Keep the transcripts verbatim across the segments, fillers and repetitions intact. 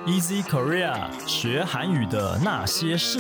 Easy Korea 学韩语的那些事。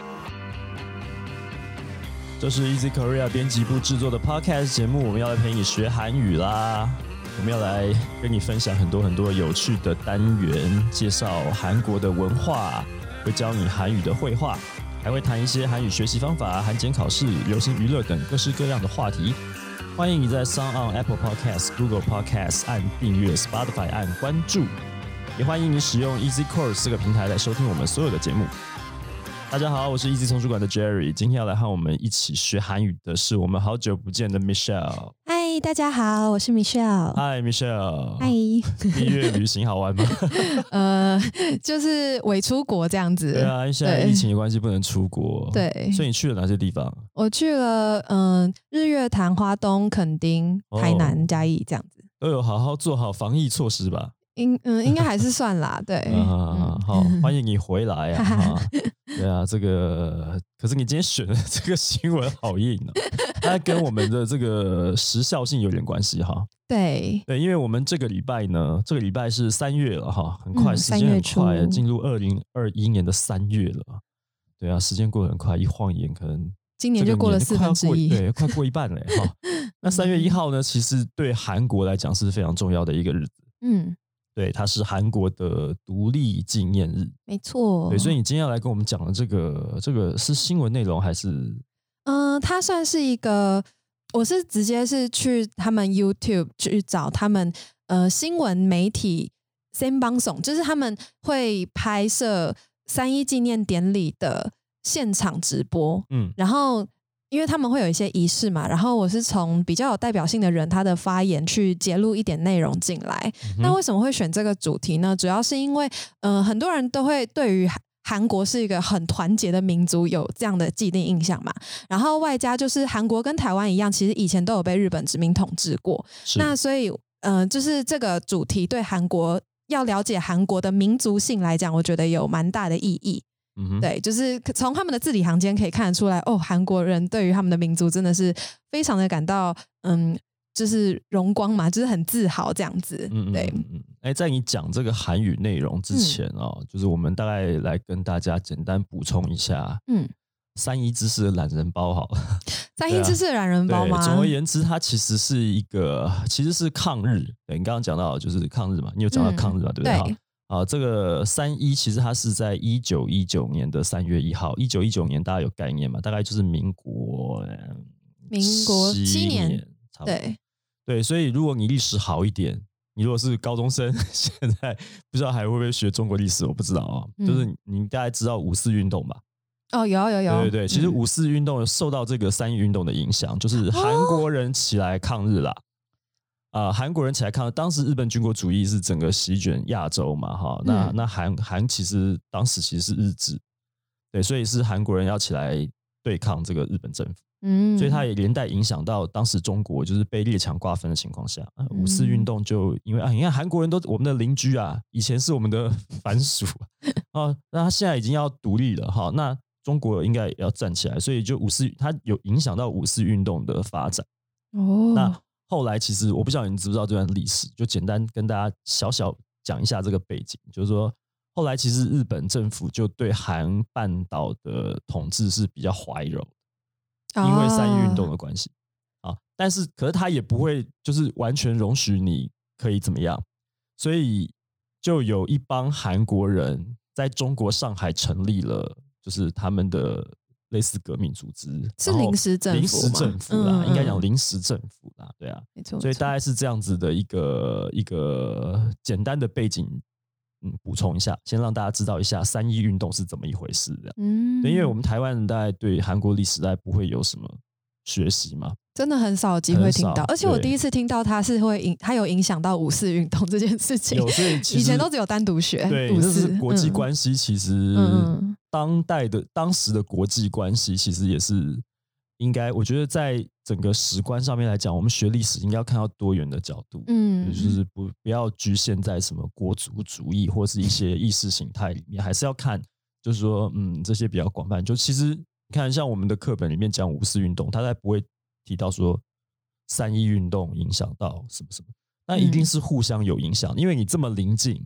这是 Easy Korea 编辑部制作的 Podcast 节目，我们要来陪你学韩语啦。我们要来跟你分享很多很多有趣的单元，介绍韩国的文化，会教你韩语的绘画，还会谈一些韩语学习方法、韩检考试、流行娱乐等各式各样的话题。欢迎你在 SoundOn、Apple Podcast、Google Podcast 按订阅 ，Spotify 按关注，也欢迎你使用 Easy Course 这个平台来收听我们所有的节目。大家好，我是 Easy 丛书馆的 Jerry， 今天要来和我们一起学韩语的是我们好久不见的 Michelle。 嗨，大家好，我是 Michelle。 嗨 Michelle。 嗨。 蜜月旅行好玩吗？ 呃，就是伪出国这样子。 对啊，因为现在疫情的关系不能出国。 对。 所以你去了哪些地方？ 我去了嗯、呃、日月潭、花东、垦丁、台南、嘉义这样子。 都有好好做好防疫措施吧？ 应嗯，应该还是算啦，对。 啊、嗯，好，欢迎你回来啊！对啊，这个可是你今天选的这个新闻好硬哦，它跟我们的这个时效性有点关系哈。 对对，因为我们这个礼拜呢，这个礼拜是三月了哈，很快， 嗯、 时间很快，进入二零二一年的三月了。对啊，时间过得很快，一晃眼可能今年就过了四分之一， 对，快过一半了哈。那三月一号呢，其实对韩国来讲是非常重要的一个日子。嗯。对，它是韩国的独立纪念日， 没错。 对，所以你今天要来跟我们讲的这个，这个是新闻内容还是？ 嗯、呃，它算是一个，我是直接是去他们 YouTube 去找他们呃新闻媒体 Senbangson， 就是他们会拍摄三一纪念典礼的现场直播，嗯，然后。因为他们会有一些仪式嘛，然后我是从比较有代表性的人他的发言去揭露一点内容进来、嗯、那为什么会选这个主题呢？主要是因为呃，很多人都会对于韩国是一个很团结的民族有这样的既定印象嘛，然后外加就是韩国跟台湾一样，其实以前都有被日本殖民统治过，那所以呃，就是这个主题对韩国要了解韩国的民族性来讲，我觉得有蛮大的意义。嗯、对，就是从他们的字里行間可以看得出来，哦，韩国人对于他们的民族真的是非常的感到，嗯，就是荣光嘛，就是很自豪这样子。嗯、对， 嗯，哎，在你讲这个韩语内容之前哦、嗯，就是我们大概来跟大家简单补充一下，嗯，三一知识的懒人包好了。 三一知识的懒人包吗？ 对，总而言之，它其实是一个，其实是抗日。对，你刚刚讲到就是抗日嘛，你有讲到抗日嘛，嗯、对不对？对啊，这个三一其实它是在一九一九年的三月一号，一九一九年大家有概念嘛？大概就是民国民国七年， 差不多。对对，所以如果你历史好一点，你如果是高中生，现在不知道还会不会学中国历史，我不知道啊、嗯。就是你大概知道五四运动吧？ 哦，有有有， 对对对，其实五四运动受到这个三一运动的影响，就是韩国人起来抗日啦。哦啊、呃，韩国人起来抗日，当时日本军国主义是整个席卷亚洲嘛，哈，那、嗯、那韩韩其实当时其实是日治，对，所以是韩国人要起来对抗这个日本政府，嗯，所以它也连带影响到当时中国就是被列强瓜分的情况下，呃、五四运动就因为啊，你看韩国人都我们的邻居啊，以前是我们的藩属啊，那他现在已经要独立了哈，那中国应该也要站起来，所以就五四它有影响到五四运动的发展，哦，那。后来其实我不知道你知不知道这段历史，就简单跟大家小小讲一下这个背景，就是说后来其实日本政府就对韩半岛的统治是比较怀柔，因为三一运动的关系啊，但是可是他也不会就是完全容许你可以怎么样，所以就有一帮韩国人在中国上海成立了，就是他们的。类似革命组织是临时政府， 临时政府啦，嗯、应该讲临时政府啦，对啊， 没错， 所以大概是这样子的一个一个简单的背景，嗯，补充一下，先让大家知道一下三一运动是怎么一回事的，嗯，对，因为我们台湾人大概对韩国历史大概不会有什么学习嘛， 真的很少有机会听到，而且我第一次听到它是会影，它有影响到五四运动这件事情， 有，所以以前都只有单独学， 对，这是国际关系，其实。嗯当代的当时的国际关系，其实也是应该，我觉得在整个史观上面来讲，我们学历史应该要看到多元的角度，嗯，就是不不要局限在什么国族主义或是一些意识形态里面，还是要看，就是说，嗯，这些比较广泛。就其实你看，像我们的课本里面讲五四运动，他才不会提到说三一运动影响到什么什么，那一定是互相有影响，因为你这么临近。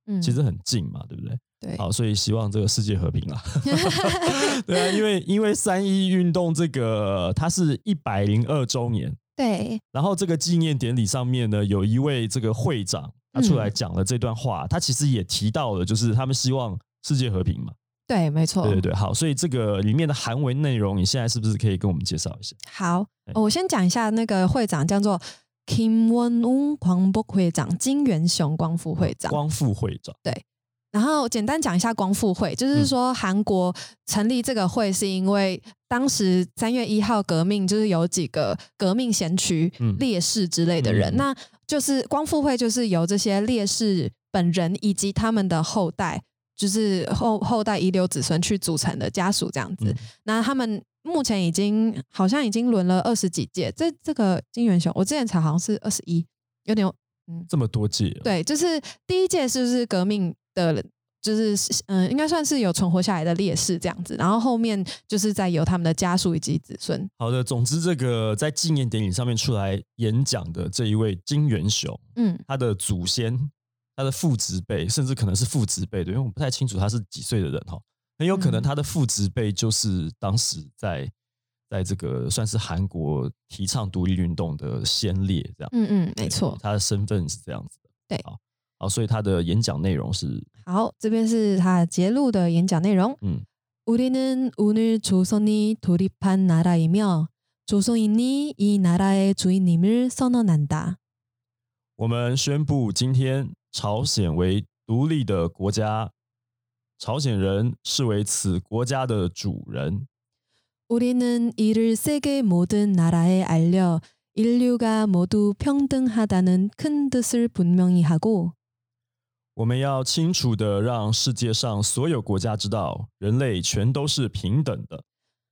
嗯， 其实很近嘛，对不对？ 对， 好，所以希望这个世界和平啦。对啊，因为因为三一运动这个它是一百零二周年， 对， 然后这个纪念典礼上面呢，有一位这个会长他出来讲了这段话，嗯、他其实也提到了，就是他们希望世界和平嘛。 对，没错。 对对对，好，所以这个里面的韩文内容，你现在是不是可以跟我们介绍一下？ 好，哦、我先讲一下那个会长叫做金文웅 광복会长，金元雄光复会长。 光复会长， 对。然后简单讲一下光复会，就是说韩国成立这个会是因为当时三月一号革命，就是有几个革命先驱、嗯、烈士之类的人，嗯、那就是光复会就是由这些烈士本人以及他们的后代。就是后后代遗留子孙去组成的家属这样子，嗯、那他们目前已经好像已经轮了二十几届，这这个金元雄我之前查好像是二十一，有点嗯这么多届、哦， 对，就是第一届是不是革命的，就是嗯应该算是有存活下来的烈士这样子，然后后面就是再由他们的家属以及子孙。 好的，总之这个在纪念典礼上面出来演讲的这一位金元雄，嗯，他的祖先。他的父执辈，甚至可能是父执辈的，因为我不太清楚他是几岁的人哈，很有可能他的父执辈就是当时在在这个算是韩国提倡独立运动的先烈这样。 嗯嗯，没错， 他的身份是这样子的。 对， 好，好，所以他的演讲内容是好，这边是他节录的演讲内容。嗯，우리는 오늘 조선이 독립한 나라이며 조선인이 이 나라의 주인임을 선언한다. 我们宣布今天。朝鲜为独立的国家，朝鲜人视为此国家的主人。 우리는 이를 세계 모든 나라에 알려 인류가 모두 평등하다는 큰 뜻을 분명히 하고， 我们要清楚地让世界上所有国家知道，人类全都是平等的。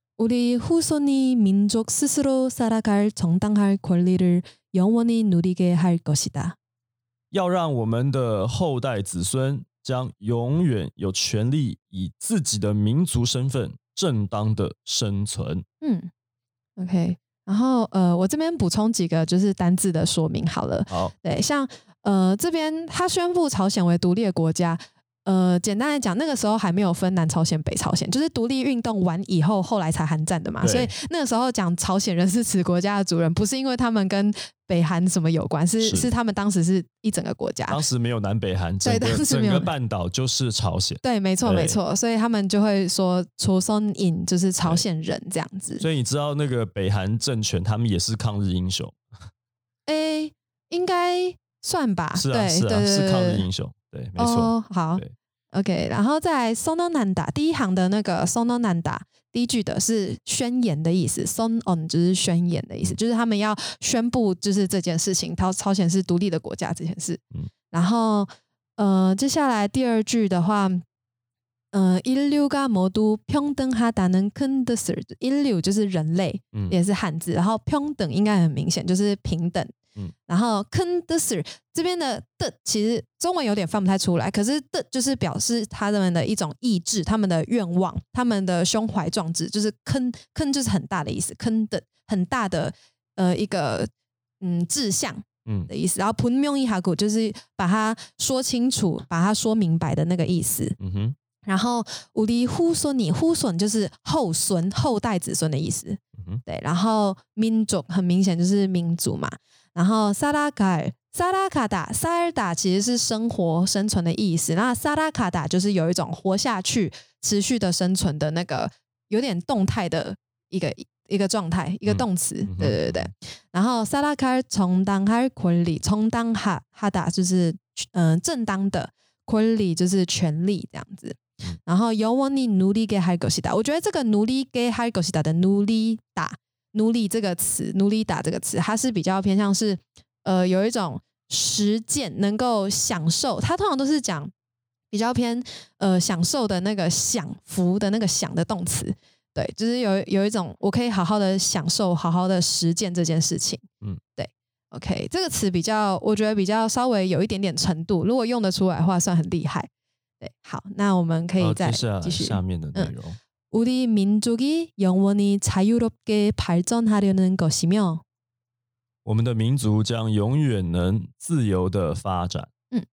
우리 후손이 민족 스스로 살아갈 정당할 권리를 영원히 누리게 할 것이다。 要让我们的后代子孙将永远有权利以自己的民族身份正当的生存。 嗯 ，OK， 然后呃，我这边补充几个就是单字的说明好了。 好， 对，像呃这边他宣布朝鲜为独立的国家。呃，简单来讲，那个时候还没有分南朝鲜、北朝鲜，就是独立运动完以后，后来才韩战的嘛。所以那个时候讲朝鲜人是此国家的主人，不是因为他们跟北韩什么有关，是 是, 是他们当时是一整个国家。 当时没有南北韩，整个对，当时没有整个半岛就是朝鲜。 对，没错没错，所以他们就会说조선인就是朝鲜人这样子。 所以你知道那个北韩政权，他们也是抗日英雄。 哎，应该算吧。 是啊， 对是啊， 对是抗日英雄。对，没错。 哦、好。OK， 然后再来 선언한다第一行的那个 선언한다第一句的是宣言的意思 ，선언就是宣言的意思，就是他们要宣布就是这件事情，朝朝鲜是独立的国家这件事。嗯，然后呃，接下来第二句的话，呃，인류가 모두 평등하다는 큰 뜻을， 인류就是人类，嗯、也是汉字，然后평등应该很明显就是平等。嗯，然后큰 뜻을这边的的其实中文有点翻不太出来，可是的就是表示他们的一种意志，他们的愿望，他们的胸怀壮志，就是큰 큰就是很大的意思，큰的很大的呃一个嗯志向的意思，嗯、然后분명히 하고就是把它说清楚，把它说明白的那个意思。嗯哼。然后우리 후손이 후손就是后孙后代子孙的意思。嗯、对，然后민족很明显就是民族嘛。然后萨拉卡尔、萨拉卡达、萨尔达其实是生活生存的意思，那萨拉卡达就是有一种活下去、持续的生存的那个有点动态的一个一个状态，一个动词。嗯、对对对。然后萨拉卡尔充当哈권리，充当哈哈达就是嗯、呃、正当的，권리就是权利这样子。然后영원히 누리게 할 것이다，我觉得这个누리게 할 것이다的누리다。努力这个词，努力打这个词，它是比较偏向是，呃，有一种实践，能够享受。它通常都是讲比较偏呃享受的那个享福的那个享的动词，对，就是有有一种我可以好好的享受，好好的实践这件事情。嗯，对 ，OK， 这个词比较，我觉得比较稍微有一点点程度，如果用得出来的话，算很厉害。对，好，那我们可以再继续下面的内容。嗯 우리 민족이 영원히 자유롭게 발전하려는 것이며， 我们的民族将永远能自由的发展。 嗯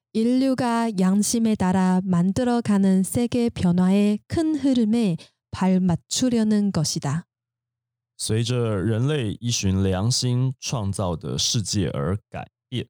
인류가 양심에 따라 만들어가는 세계 변화의 큰 흐름에 발맞추려는 것이다. 随着人类依循良心创造的世界而改变。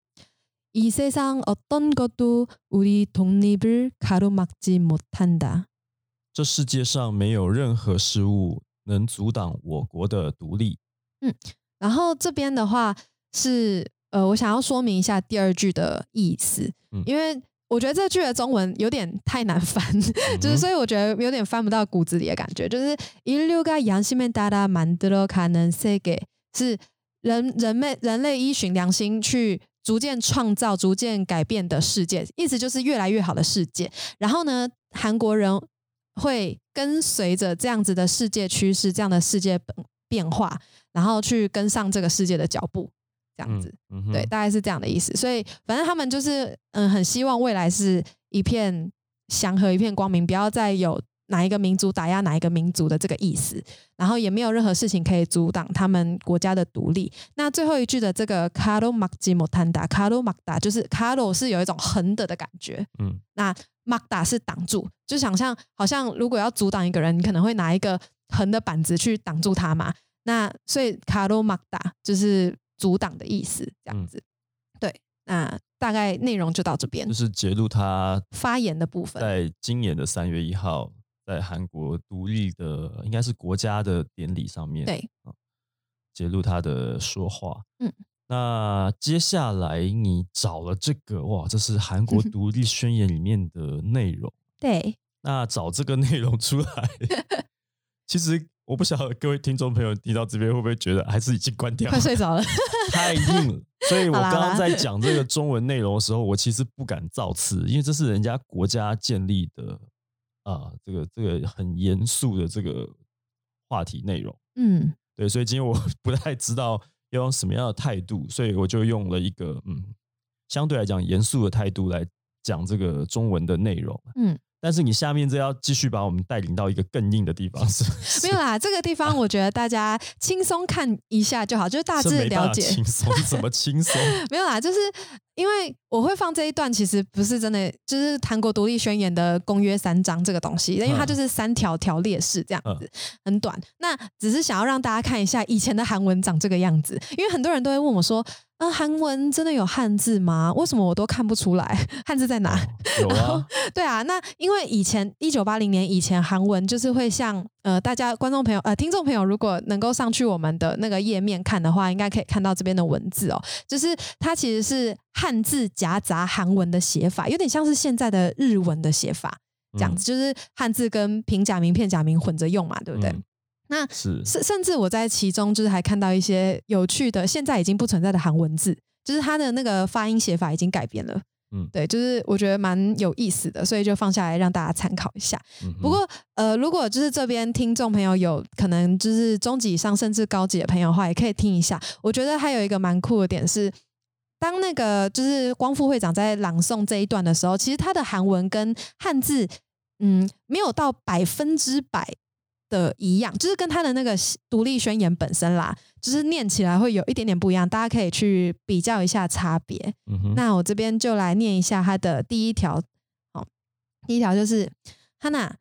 이 세상 어떤 것도 우리 독립을 가로막지 못한다. 这世界上没有任何事物能阻挡我国的独立。 嗯，然后这边的话是呃，我想要说明一下第二句的意思，嗯、因为我觉得这句的中文有点太难翻，嗯、就是所以我觉得有点翻不到骨子里的感觉。就是인류가 양심에 따라 만들어가는 세계是人人类人类依循良心去逐渐创造、逐渐改变的世界，意思就是越来越好的世界。然后呢，韩国人会跟随着这样子的世界趋势、这样的世界变化，然后去跟上这个世界的脚步，这样子，嗯嗯、对，大概是这样的意思。所以，反正他们就是嗯，很希望未来是一片祥和、一片光明，不要再有哪一个民族打压哪一个民族的这个意思，然后也没有任何事情可以阻挡他们国家的独立。那最后一句的这个 가로막지 못한다， 가로막다就是 가로是有一种横的的感觉，嗯，那 막다是挡住，就想象好像如果要阻挡一个人，你可能会拿一个横的板子去挡住他嘛。那所以 가로막다就是阻挡的意思，这样子。嗯、对，那大概内容就到这边， 就是揭露他发言的部分， 在今年的三月一号。在韩国独立的应该是国家的典礼上面， 对， 嗯、揭露他的说话。 嗯， 那接下来你找了这个，哇，这是韩国独立宣言里面的内容。 对， 那找这个内容出来，其实我不晓得各位听众朋友听到这边会不会觉得还是已经关掉了， 快睡着了， 太硬了。所以我刚刚在讲这个中文内容的时候，我其实不敢造次，因为这是人家国家建立的。啊，这个这个很严肃的这个话题内容，嗯，对，所以今天我不太知道要用什么样的态度，所以我就用了一个嗯，相对来讲严肃的态度来讲这个中文的内容，嗯。但是你下面这要继续把我们带领到一个更硬的地方，是没有啦。这个地方我觉得大家轻松看一下就好，就是大致了解。 轻松怎么轻松？ 没有啦，就是因为我会放这一段，其实不是真的，就是韩国独立宣言的公约三章这个东西，因为它就是三条条列式这样子，嗯、很短。那只是想要让大家看一下以前的韩文长这个样子，因为很多人都会问我说。啊，韩文真的有汉字吗？为什么我都看不出来？汉字在哪？ 哦、有啊， 对啊，那因为以前一九八零年以前，韩文就是会像呃，大家观众朋友呃，听众朋友，如果能够上去我们的那个页面看的话，应该可以看到这边的文字哦，就是它其实是汉字夹杂韩文的写法，有点像是现在的日文的写法，这样子，嗯、就是汉字跟平假名、片假名混着用嘛，对不对？嗯那是甚至我在其中就是还看到一些有趣的现在已经不存在的韩文字，就是它的那个发音写法已经改变了，嗯，对，就是我觉得蛮有意思的，所以就放下来让大家参考一下。嗯、不过呃，如果就是这边听众朋友有可能就是中级以上甚至高级的朋友的话，也可以听一下。我觉得还有一个蛮酷的点是，当那个就是光复会长在朗诵这一段的时候，其实他的韩文跟汉字嗯没有到百分之百。的一样，就是跟他的那个独立宣言本身啦，就是念起来会有一点点不一样，大家可以去比较一下差别。嗯、那我这边就来念一下他的第一条，哦，第一条就是하나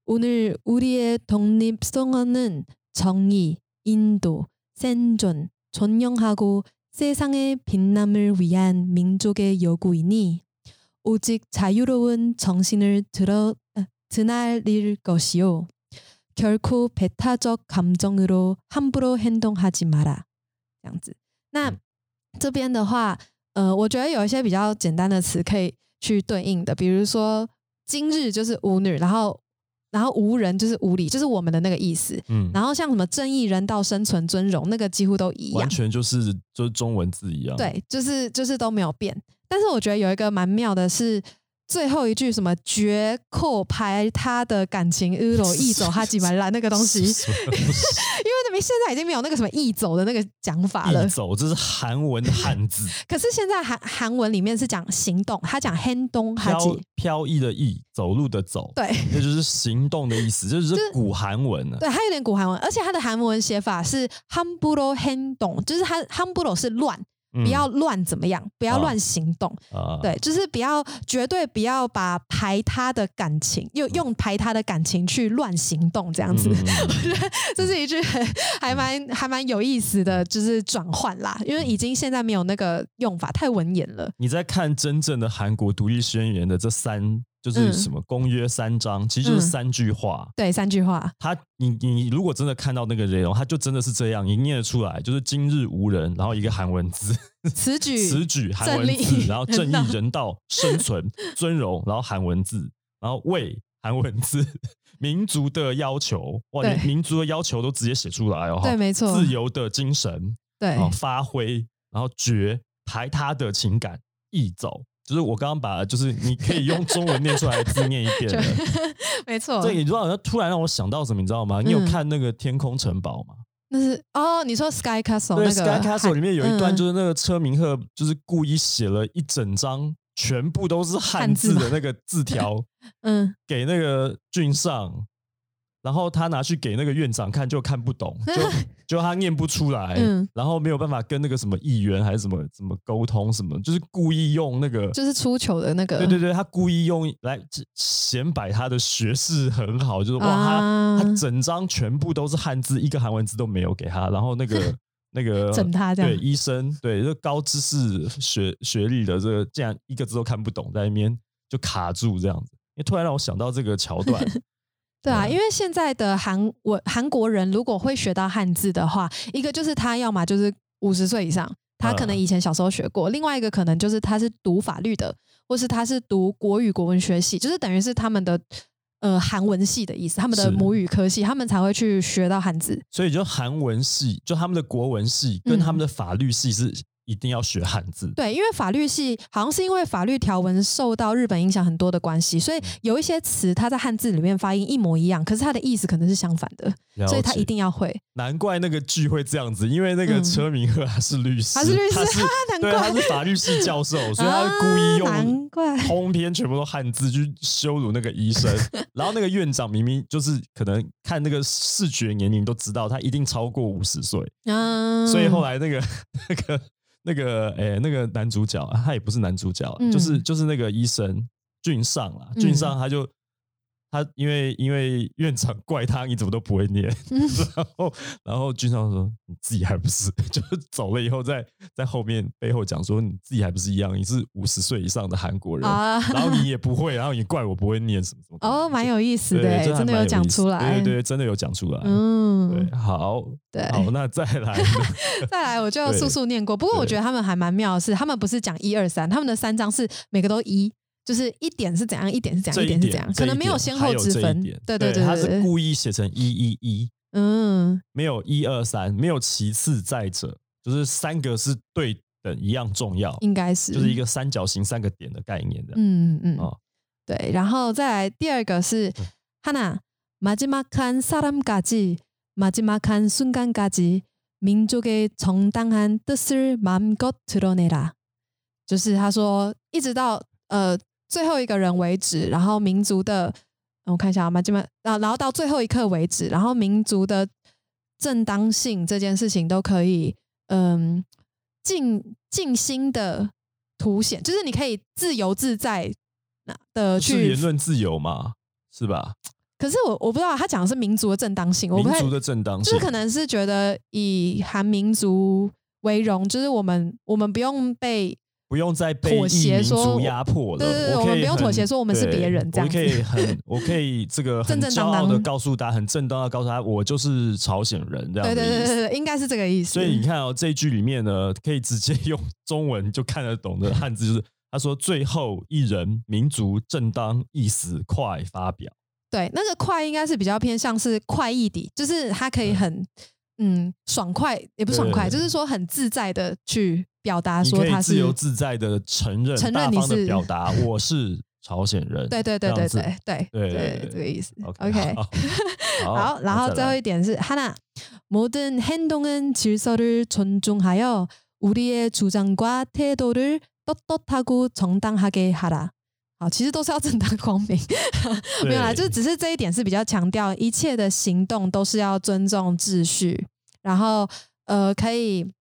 오늘 우리의 독립선언은 정의, 인도, 생존, 존영하고 세상의 빛남을 위한 민족의 요구이니 오직 자유로운 정신을 들어, 드날릴 것이요. 결코 배타적 감정으로 함부로 행동하지 마라. 这样子。那这边的话，呃，我觉得有一些比较简单的词可以去对应的，比如说今日就是无女，然后然后无人就是无理，就是我们的那个意思。嗯。然后像什么正义、人道、生存、尊荣，那个几乎都一样， 完全就是就是中文字一样。 对，就是就是都没有变。但是我觉得有一个蛮妙的是。最后一句什么绝扣排他的感情日落易走哈吉满兰那个东西，因为那边现在已经没有那个什么易走的那个讲法了。 易走这是韩文的汉字， 可是现在韩韩文里面是讲行动，他讲행동哈吉， 飘逸的逸，走路的走， 对， 那就是行动的意思，这就是古韩文了。 对，它有点古韩文，而且它的韩文写法是함부로 행동，就是它함부로是乱。 不要乱怎么样，不要乱行动， 啊、 对，就是不要绝对不要把排他的感情用用排他的感情去乱行动，这样子，嗯、我觉得这是一句还蛮还蛮有意思的，就是转换啦，因为已经现在没有那个用法，太文言了。 你在看真正的韩国独立宣言的这三。就是什么公约三章、嗯，其实就是三句话。 嗯、对，三句话。 他，你你如果真的看到那个内容，他就真的是这样，你念得出来，就是今日无人，然后一个韩文字， 此举此举韩文字，然后正义、人道、生存、尊荣，然后韩文字，然后为韩文字，民族的要求，哇，连民族的要求都直接写出来哦。 对，没错。 自由的精神， 对， 发挥，然后觉排他的情感，易走。就是我刚刚把，就是你可以用中文念出来的字念一遍的， 没错。 这你知道，突然让我想到什么，你知道吗？你有看那个《天空城堡》吗？ 那是哦，你说 Sky Castle 对、 那个 Sky Castle 里面有一段，就是那个车明赫就是故意写了一整张，全部都是汉字的那个字条，嗯，给那个俊上。然后他拿去给那个院长看，就看不懂，就就他念不出来、嗯，然后没有办法跟那个什么议员还是什么什么沟通什么，就是故意用那个， 就是出糗的那个， 对对对，他故意用来显摆他的学识很好，就是哇，啊、他他整张全部都是汉字，一个韩文字都没有给他，然后那个那个整他这样， 对医生，对这高知识学学历的这个，竟然一个字都看不懂，在那边就卡住这样子，因为突然让我想到这个桥段。 对啊，因为现在的韩文韩国人如果会学到汉字的话，一个就是他要么就是五十岁以上，他可能以前小时候学过；，另外一个可能就是他是读法律的，或是他是读国语国文学系，就是等于是他们的呃韩文系的意思，他们的母语科系，他们才会去学到汉字。 所以就韩文系，就他们的国文系跟他们的法律系是。一定要学汉字， 对，因为法律系好像是因为法律条文受到日本影响很多的关系，所以有一些词它在汉字里面发音一模一样，可是它的意思可能是相反的，所以他一定要会。 难怪那个剧会这样子，因为那个车明赫他是律师， 他是律师， 他是难怪对，他是法律系教授，所以他故意用难怪通篇全部都汉字去羞辱那个医生，然后那个院长明明就是可能看那个视觉年龄都知道他一定超过五十岁，嗯，所以后来那个那个。那个诶，那个男主角、啊、他也不是男主角、啊嗯，就是就是那个医生俊上啦，俊上他就、嗯、他因为因为院长怪他你怎么都不会念，嗯、然后然后俊上说你自己还不是，就是走了以后在在后面背后讲说你自己还不是一样，你是五十岁以上的韩国人、啊，然后你也不会，然后你怪我不会念什么什么， 哦，蛮有意思的，真的有讲出来， 对对对，真的有讲出来，嗯，对，好， 对， 好，那再来， 再来，我就速速念过。不过我觉得他们还蛮妙的是，他们不是讲一二三，他们的三章是每个都一。就是一点是怎样，一点是怎样，一点是怎样，可能没有先后之分。对对对， 他是故意写成一一一，嗯，没有一二三，没有其次再者，就是三个是对等一样重要， 应该是就是一个三角形三个点的概念的。 嗯嗯，哦，对，然后再来第二个是하나 마지막한 사람까지 마지막한 순간까지 민족의 정당한 뜻을 마음껏 드러내라，就是他说一直到呃。最后一个人为止，然后民族的，我看一下啊，马基曼啊，然后到最后一刻为止，然后民族的正当性这件事情都可以，嗯，尽尽心的凸显，就是你可以自由自在的去， 是言论自由嘛，是吧？ 可是我我不知道他讲的是民族的正当性， 民族的正当性， 就是可能是觉得以韩民族为荣，就是我们我们不用被。 不用再被异民族压迫了。 对对对，我们不用妥协，说我们是别人这样子。 我可以很，我可以这个很骄傲的告诉大家，很正当的告诉他，我就是朝鲜人这样子。对对对对对，应该是这个意思。 所以你看哦，这一句里面呢，可以直接用中文就看得懂的汉字，就是他说最后一人民族正当意思快发表。 对，那个快应该是比较偏向是快意的，就是他可以很嗯爽快，也不爽快，就是说很自在的去。表达说他是自由自在的承认， 承认你是大方的表达我是朝鲜人。 对对对对对对对对，这个意思。OK， 好，然后最后一点是하나 모든 행동은 질서를 존중하여 우리의 주장과 태도를 떳떳하고 정당하게 하라。好，其实都是要正大光明，没有啦，就只是这一点是比较强调一切的行动都是要尊重秩序，然后呃可以。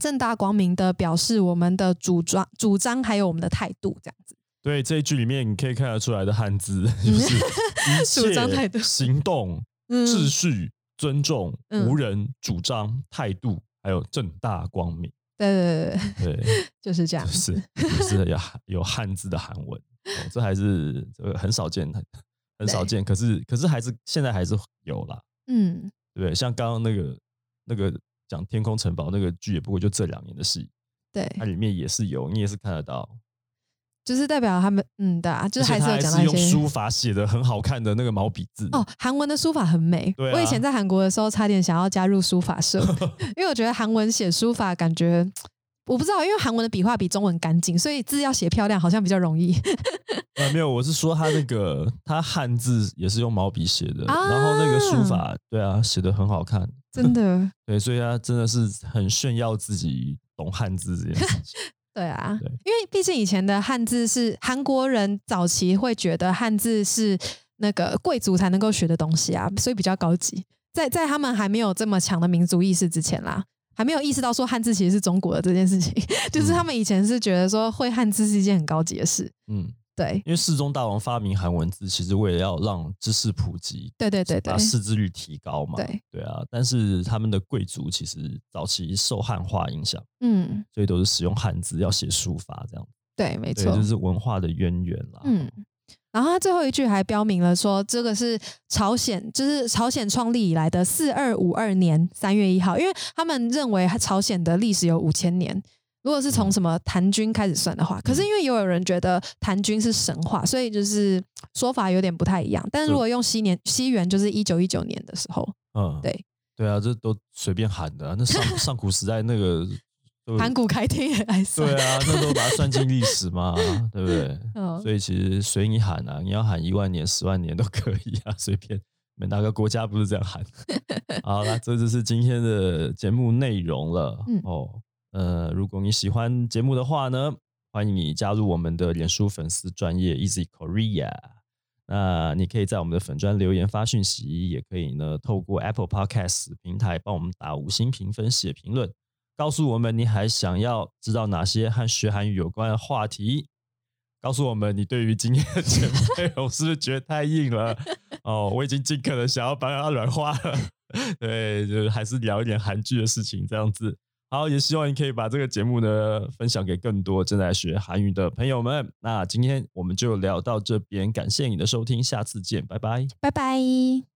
正大光明的表示我们的主张、主张还有我们的态度，这样子。 对，这一句里面你可以看得出来的汉字就是一切行动、秩序、尊重、 嗯、 无人主张、态度，还有正大光明。 对对对对， 就是这样子， 就是就是有有汉字的韩文，哦、这还是这个很少见，很很少见。可是可是还是现在还是有啦， 嗯， 对不对？像刚刚那个那个讲天空城堡那个剧，也不过就这两年的戏， 对， 它里面也是有，你也是看得到。 就是代表他们，嗯，对啊，就是还是有讲到一些用书法写的很好看的那个毛笔字哦。韩文的书法很美， 对啊、 我以前在韩国的时候，差点想要加入书法社，因为我觉得韩文写书法感觉，我不知道，因为韩文的笔画比中文干净，所以字要写漂亮好像比较容易。 啊，没有，我是说他那个他汉字也是用毛笔写的，啊、然后那个书法，对啊，写的很好看， 真的。 对，所以他真的是很炫耀自己懂汉字这件事情。 对啊，对，因为毕竟以前的汉字是韩国人早期会觉得汉字是那个贵族才能够学的东西啊，所以比较高级。在在他们还没有这么强的民族意识之前啦，还没有意识到说汉字其实是中国的这件事情，就是他们以前是觉得说会汉字是一件很高级的事。嗯，对， 因为世宗大王发明韩文字，其实为了要让知识普及， 对对对对， 把识字率提高嘛。 对对啊，但是他们的贵族其实早期受汉化影响， 嗯， 所以都是使用汉字，要写书法这样。 对，没错， 对，就是文化的渊源啦。 嗯。然后他最后一句还标明了说，这个是朝鲜，就是朝鲜创立以来的四二五二年三月一号，因为他们认为朝鲜的历史有五千年。如果是从什么谭军开始算的话，嗯、可是因为也有人觉得谭军是神话，所以就是说法有点不太一样。但是如果用西年西元，就是一九一九年的时候，嗯，对对啊，这都随便喊的、啊。那上上古时代那个。 盘古开天也来算， 对啊，那都把它算进历史嘛，对不对？哦、所以其实随你喊啊，你要喊一万年、十万年都可以啊，随便。哪个国家不是这样喊？好啦，这就是今天的节目内容了。嗯、哦，呃，如果你喜欢节目的话呢，欢迎你加入我们的脸书粉丝专页 Easy Korea。那你可以在我们的粉专留言发讯息，也可以呢透过 Apple Podcast 平台帮我们打五星评分、写评论。告诉我们你还想要知道哪些和学韩语有关的话题，告诉我们你对于今天的节目内容是不是觉得太硬了哦，我已经尽可能想要把它软化了，对，就是还是聊一点韩剧的事情这样子。好，也希望你可以把这个节目呢分享给更多正在学韩语的朋友们。那今天我们就聊到这边，感谢你的收听，下次见，拜拜， 拜拜。